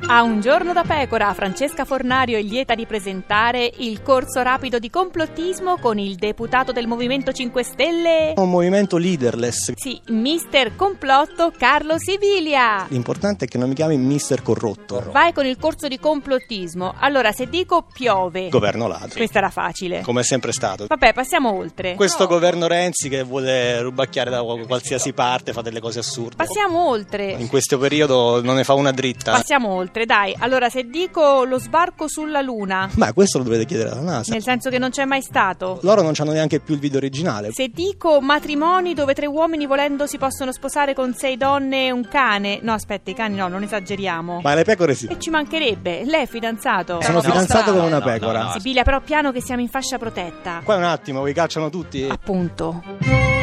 A un giorno da pecora, Francesca Fornario è lieta di presentare il corso rapido di complottismo con il deputato del Movimento 5 Stelle. Un movimento leaderless. Sì, Mister Complotto Carlo Sibilia. L'importante è che non mi chiami Mister Corrotto. Vai con il corso di complottismo. Allora, se dico piove, Governo ladro. questa era facile. Come è sempre stato. Vabbè, passiamo oltre. Questo governo Renzi che vuole rubacchiare da qualsiasi parte, fa delle cose assurde. Passiamo oltre. In questo periodo non ne fa una dritta. Passiamo oltre, dai. Allora, se dico lo sbarco sulla Luna, Ma questo lo dovete chiedere alla NASA. nel senso che non c'è mai stato. Loro non hanno neanche più il video originale. Se dico matrimoni dove 3 uomini volendo si possono sposare con 6 donne e un cane. No, aspetta, i cani no, non esageriamo. Ma le pecore sì. E ci mancherebbe. Lei è fidanzato? Sono fidanzato con una pecora. Sibilia, però piano che siamo in fascia protetta. Qua un attimo, vi cacciano tutti. Appunto.